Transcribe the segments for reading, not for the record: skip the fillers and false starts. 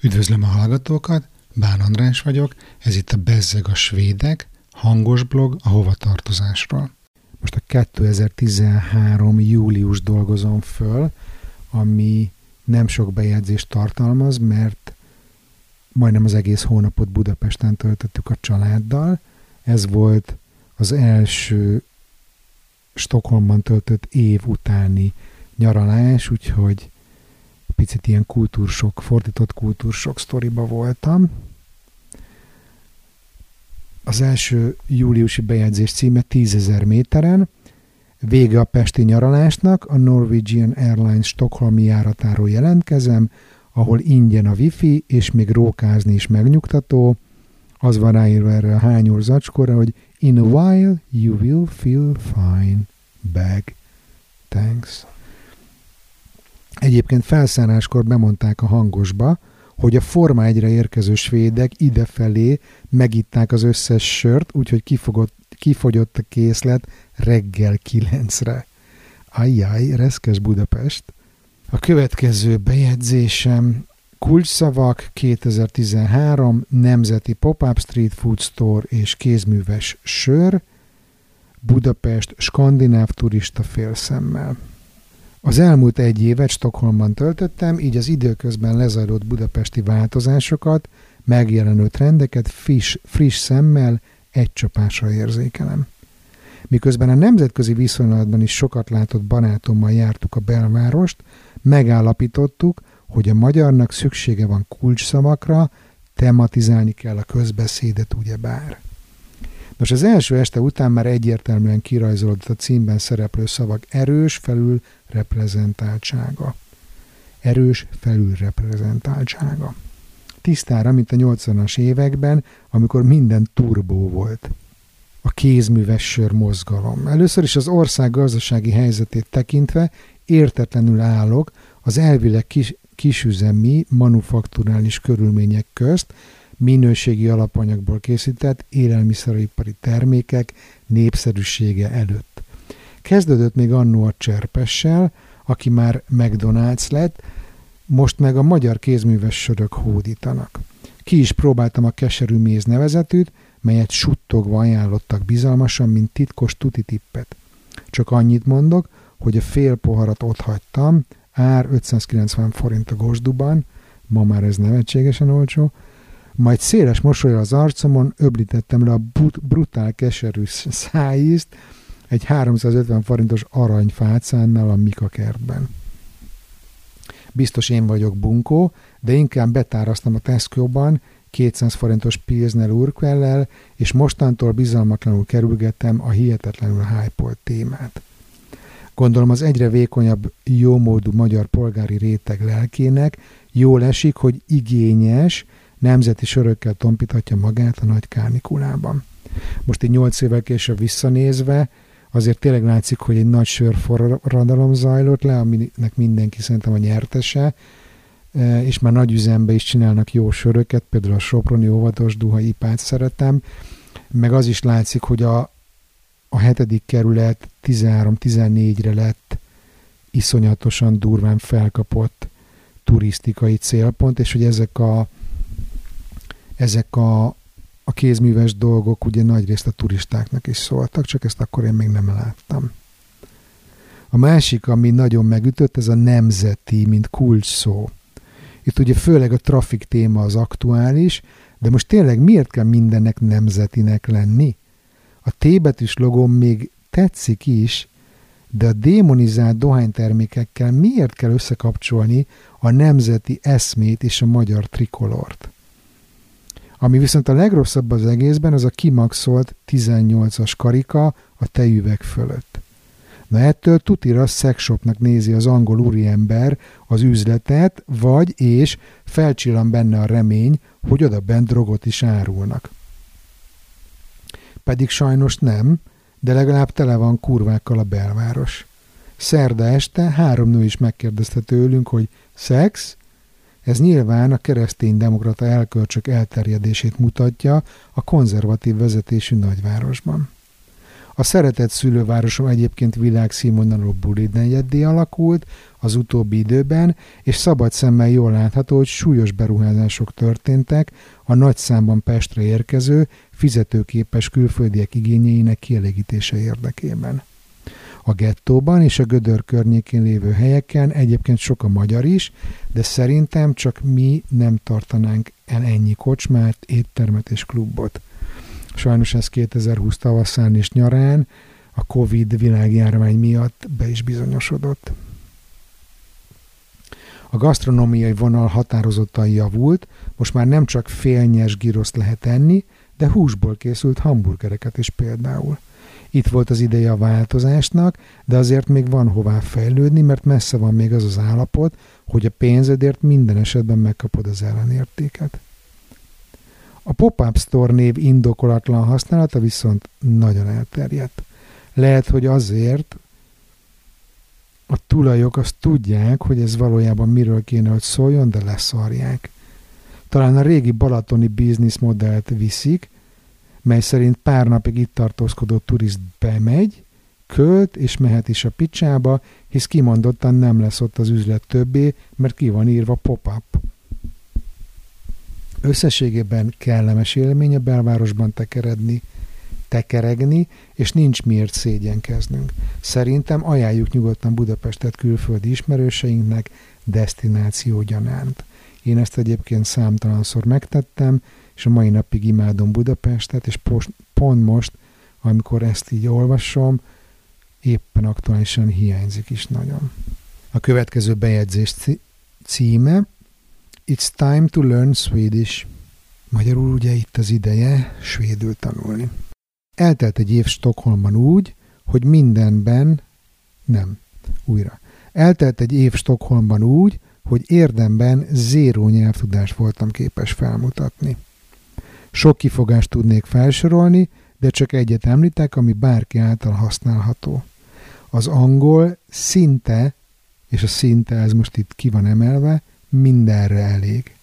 Üdvözlöm a hallgatókat, Bán András vagyok, ez itt a Bezzeg a svédek, hangos blog a hovatartozásról. Most a 2013. július dolgozom föl, ami nem sok bejegyzést tartalmaz, mert majdnem az egész hónapot Budapesten töltöttük a családdal. Ez volt az első Stockholmban töltött év utáni nyaralás, úgyhogy picit ilyen kultúrsok, fordított kultúrsok sztoriba voltam. Az első júliusi bejegyzés címe 10.000 méteren. Vége a pesti nyaralásnak, a Norwegian Airlines stockholmi járatáról jelentkezem, ahol ingyen a wifi, és még rókázni is megnyugtató. Az van ráírva erre a hányós zacskóra, hogy in a while you will feel fine. Bag. Thanks. Egyébként felszálláskor bemondták a hangosba, hogy a Forma 1-re érkező svédek idefelé megitták az összes sört, úgyhogy kifogyott a készlet reggel 9-re. Ajjaj, reszkes Budapest. A következő bejegyzésem: kulcsszavak 2013, Nemzeti Pop-up Street Food Store és kézműves sör, Budapest skandináv turista félszemmel. Az elmúlt egy évet Stockholmban töltöttem, így az időközben lezajlott budapesti változásokat, megjelenő trendeket friss szemmel egy csapásra érzékelem. Miközben a nemzetközi viszonylatban is sokat látott barátommal jártuk a belvárost, megállapítottuk, hogy a magyarnak szüksége van kulcsszavakra, tematizálni kell a közbeszédet ugyebár. Nos, az első este után már egyértelműen kirajzolódott a címben szereplő szavak erős felülreprezentáltsága. Erős felülreprezentáltsága. Tisztára, mint a 80-as években, amikor minden turbó volt. A kézműves sör mozgalom. Először is az ország gazdasági helyzetét tekintve értetlenül állok az elvileg kisüzemi, manufakturális körülmények közt, minőségi alapanyagból készített élelmiszeripari termékek népszerűsége előtt. Kezdődött még annó a Cserpessel, aki már McDonald's lett, most meg a magyar kézműves sörök hódítanak. Ki is próbáltam a keserű méz nevezetűt, melyet suttogva ajánlottak bizalmasan, mint titkos tutitippet. Csak annyit mondok, hogy a fél poharat otthagytam, ár 590 forint a Gosduban, ma már ez nevetségesen olcsó, majd széles mosollyal az arcomon öblítettem le a brutál keserű szájízt egy 350 forintos aranyfácánnal a Mika kertben. Biztos én vagyok bunkó, de inkább betárasztam a Tesco-ban 200 forintos Pilsner Urquellel, és mostantól bizalmatlanul kerülgettem a hihetetlenül hype-olt témát. Gondolom az egyre vékonyabb, jómódú magyar polgári réteg lelkének jól esik, hogy igényes, nemzeti sörökkel tompíthatja magát a nagy kánikulában. Most így 8 évvel később visszanézve, azért tényleg látszik, hogy egy nagy sörforradalom zajlott le, aminek mindenki szerintem a nyertese, és már nagy üzembe is csinálnak jó söröket, például a soproni óvatos duha ipát szeretem, meg az is látszik, hogy a 7. kerület 13-14-re lett iszonyatosan durván felkapott turisztikai célpont, és hogy ezek a kézműves dolgok ugye nagyrészt a turistáknak is szóltak, csak ezt akkor én még nem láttam. A másik, ami nagyon megütött, ez a nemzeti, mint kulcs szó. Itt ugye főleg a trafik téma az aktuális, de most tényleg miért kell mindennek nemzetinek lenni? A T-betűs logóm még tetszik is, de a démonizált dohánytermékekkel miért kell összekapcsolni a nemzeti eszmét és a magyar trikolort? Ami viszont a legrosszabb az egészben, az a kimaxolt 18-as karika a tejüveg fölött. Na ettől tutira szexshopnak nézi az angol úriember az üzletet, és felcsillan benne a remény, hogy oda bent drogot is árulnak. Pedig sajnos nem, de legalább tele van kurvákkal a belváros. Szerda este 3 nő is megkérdezte tőlünk, hogy szex? Ez nyilván a kereszténydemokrata elkölcsök elterjedését mutatja a konzervatív vezetésű nagyvárosban. A szeretett szülővárosom egyébként világszínvonalú bulidnegyeddé alakult az utóbbi időben, és szabad szemmel jól látható, hogy súlyos beruházások történtek a nagy számban Pestre érkező, fizetőképes külföldiek igényeinek kielégítése érdekében. A gettóban és a Gödör környékén lévő helyeken egyébként sok a magyar is, de szerintem csak mi nem tartanánk el ennyi kocsmát, éttermet és klubot. Sajnos ez 2020 tavaszán és nyarán a Covid világjárvány miatt be is bizonyosodott. A gasztronómiai vonal határozottan javult, most már nem csak félnyers giroszt lehet enni, de húsból készült hamburgereket is például. Itt volt az ideje a változásnak, de azért még van hová fejlődni, mert messze van még az az állapot, hogy a pénzedért minden esetben megkapod az ellenértéket. A Pop-Up Store név indokolatlan használata viszont nagyon elterjedt. Lehet, hogy azért a tulajok azt tudják, hogy ez valójában miről kéne, hogy szóljon, de leszarják. Talán a régi balatoni bizniszmodellt viszik, mely szerint pár napig itt tartózkodó turist bemegy, költ és mehet is a picsába, hisz kimondottan nem lesz ott az üzlet többé, mert ki van írva pop-up. Összességében kellemes élmény a belvárosban tekeregni, és nincs miért szégyenkeznünk. Szerintem ajánljuk nyugodtan Budapestet külföldi ismerőseinknek desztináció gyanánt. Én ezt egyébként számtalanszor megtettem, és a mai napig imádom Budapestet, és pont most, amikor ezt így olvasom, éppen aktuálisan hiányzik is nagyon. A következő bejegyzés címe It's time to learn Swedish. Magyarul ugye itt az ideje svédül tanulni. Eltelt egy év Stockholmban úgy, hogy Eltelt egy év Stockholmban úgy, hogy érdemben zéró nyelvtudást voltam képes felmutatni. Sok kifogást tudnék felsorolni, de csak egyet említek, ami bárki által használható. Az angol szinte, és a szinte ez most itt ki van emelve, mindenre elég.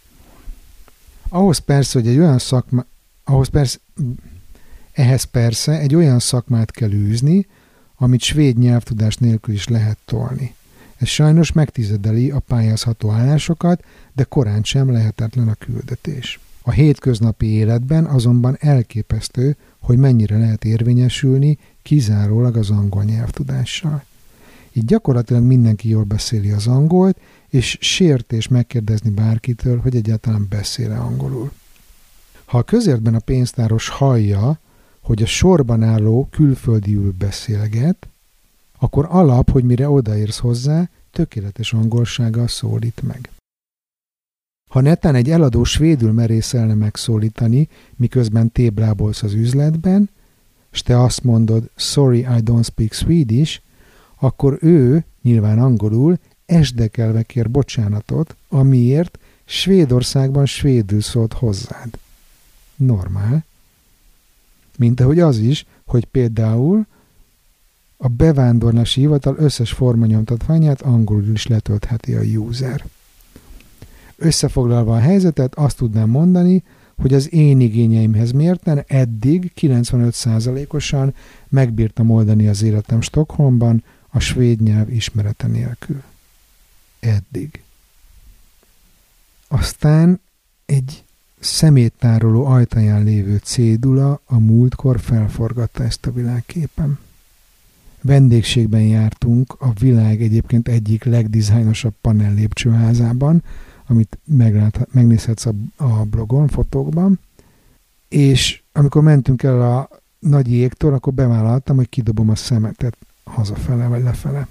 Ehhez persze egy olyan szakmát kell űzni, amit svéd nyelvtudás nélkül is lehet tolni. Ez sajnos megtizedeli a pályázható állásokat, de korán sem lehetetlen a küldetés. A hétköznapi életben azonban elképesztő, hogy mennyire lehet érvényesülni kizárólag az angol nyelvtudással. Így gyakorlatilag mindenki jól beszéli az angolt, és sértés megkérdezni bárkitől, hogy egyáltalán beszél-e angolul. Ha a közértben a pénztáros hallja, hogy a sorban álló külföldiül beszélget, akkor alap, hogy mire odaérsz hozzá, tökéletes angolsággal szólít meg. Ha netán egy eladó svédül merészelne megszólítani, miközben téblábolsz az üzletben, s te azt mondod, sorry, I don't speak Swedish, akkor ő, nyilván angolul, esdekelve kér bocsánatot, amiért Svédországban svédül szólt hozzád. Normál. Mint ahogy az is, hogy például a bevándorlási hivatal összes formanyomtatványát angolul is letöltheti a user. Összefoglalva a helyzetet, azt tudnám mondani, hogy az én igényeimhez mérten eddig 95%-osan megbírtam oldani az életem Stockholmban a svéd nyelv ismerete nélkül. Eddig. Aztán egy szeméttároló ajtaján lévő cédula a múltkor felforgatta ezt a világképen. Vendégségben jártunk a világ egyébként egyik legdizájnosabb panel lépcsőházában, amit megnézhetsz a blogon, fotókban, és amikor mentünk el a nagy jégtól, akkor bevállaltam, hogy kidobom a szemetet hazafele vagy lefele.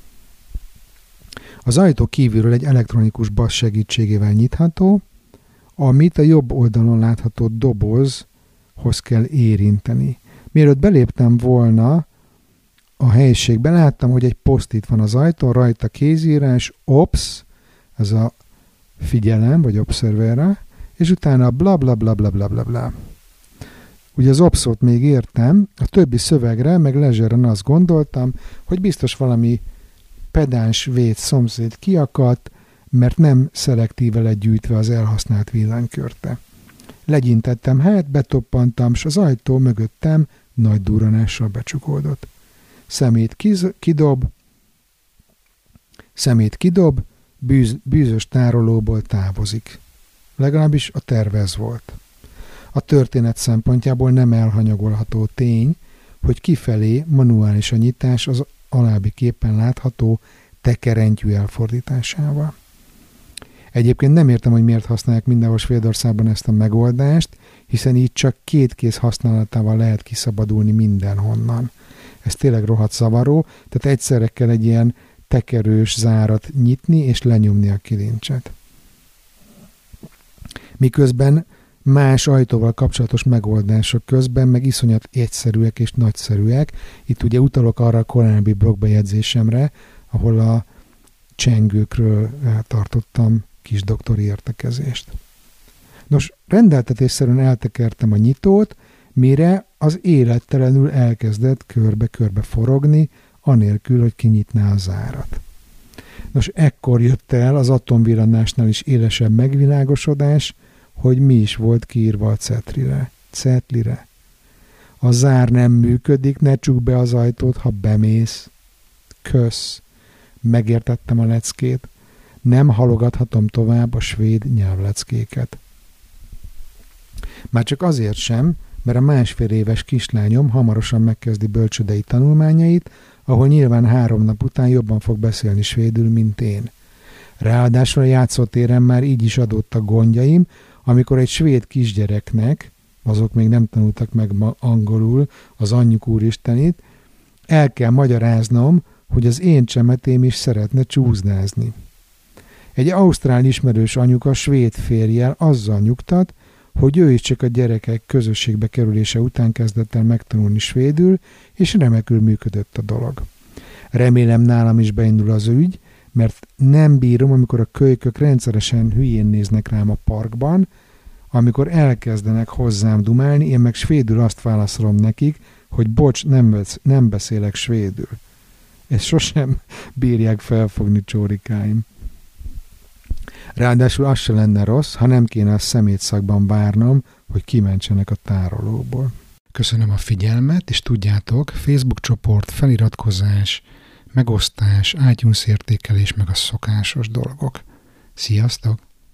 Az ajtó kívülről egy elektronikus bassz segítségével nyitható, amit a jobb oldalon látható dobozhoz kell érinteni. Mielőtt beléptem volna a helyiségbe, láttam, hogy egy post-it van az ajtón, rajta kézírás, OPS, ez a figyelem, vagy observera, és utána bla bla bla bla bla bla bla. Ugye az OPS-ot még értem, a többi szövegre, meg lezseren azt gondoltam, hogy biztos valami pedáns véd szomszéd kiakadt, mert nem szelektíve lett gyűjtve az elhasznált villanykörte. Legyintettem helyet, betoppantam, s az ajtó mögöttem nagy durranással becsukódott. Szemét kidob, bűzös tárolóból távozik. Legalábbis a terve ez volt. A történet szempontjából nem elhanyagolható tény, hogy kifelé manuális a nyitás az alábbi képen látható tekerentyű elfordításával. Egyébként nem értem, hogy miért használják mindenhol Svédországban ezt a megoldást, hiszen így csak 2 kéz használatával lehet kiszabadulni mindenhonnan. Ez tényleg rohadt zavaró, tehát egyszerre kell egy ilyen tekerős zárat nyitni és lenyomni a kilincset. Miközben más ajtóval kapcsolatos megoldások közben meg iszonyat egyszerűek és nagyszerűek. Itt ugye utalok arra a korábbi blogbejegyzésemre, ahol a csengőkről tartottam kis doktori értekezést. Nos, rendeltetésszerűen eltekertem a nyitót, mire az élettelenül elkezdett körbe-körbe forogni, anélkül, hogy kinyitná a zárat. Nos, ekkor jött el az atomvillanásnál is élesebb megvilágosodás, hogy mi is volt kiírva a cetlire. A zár nem működik, ne csukd be az ajtót, ha bemész. Kösz. Megértettem a leckét. Nem halogathatom tovább a svéd nyelvleckéket. Már csak azért sem, mert a 1,5 éves kislányom hamarosan megkezdi bölcsődei tanulmányait, ahol nyilván 3 nap után jobban fog beszélni svédül, mint én. Ráadásul a játszótéren már így is adódtak gondjaim, amikor egy svéd kisgyereknek, azok még nem tanultak meg angolul az anyjuk úristenit, el kell magyaráznom, hogy az én csemetém is szeretne csúszdázni. Egy ausztrál ismerős anyuka svéd férjjel azzal nyugtat, hogy ő is csak a gyerekek közösségbe kerülése után kezdett el megtanulni svédül, és remekül működött a dolog. Remélem nálam is beindul az ügy, mert nem bírom, amikor a kölykök rendszeresen hülyén néznek rám a parkban, amikor elkezdenek hozzám dumálni, én meg svédül azt válaszolom nekik, hogy bocs, nem beszélek svédül. Ezt sosem bírják felfogni csórikáim. Ráadásul az se lenne rossz, ha nem kéne a szemétszakban várnom, hogy kimentsenek a tárolóból. Köszönöm a figyelmet, és tudjátok, Facebook csoport, feliratkozás, megosztás, iTunes értékelés, meg a szokásos dolgok. Sziasztok!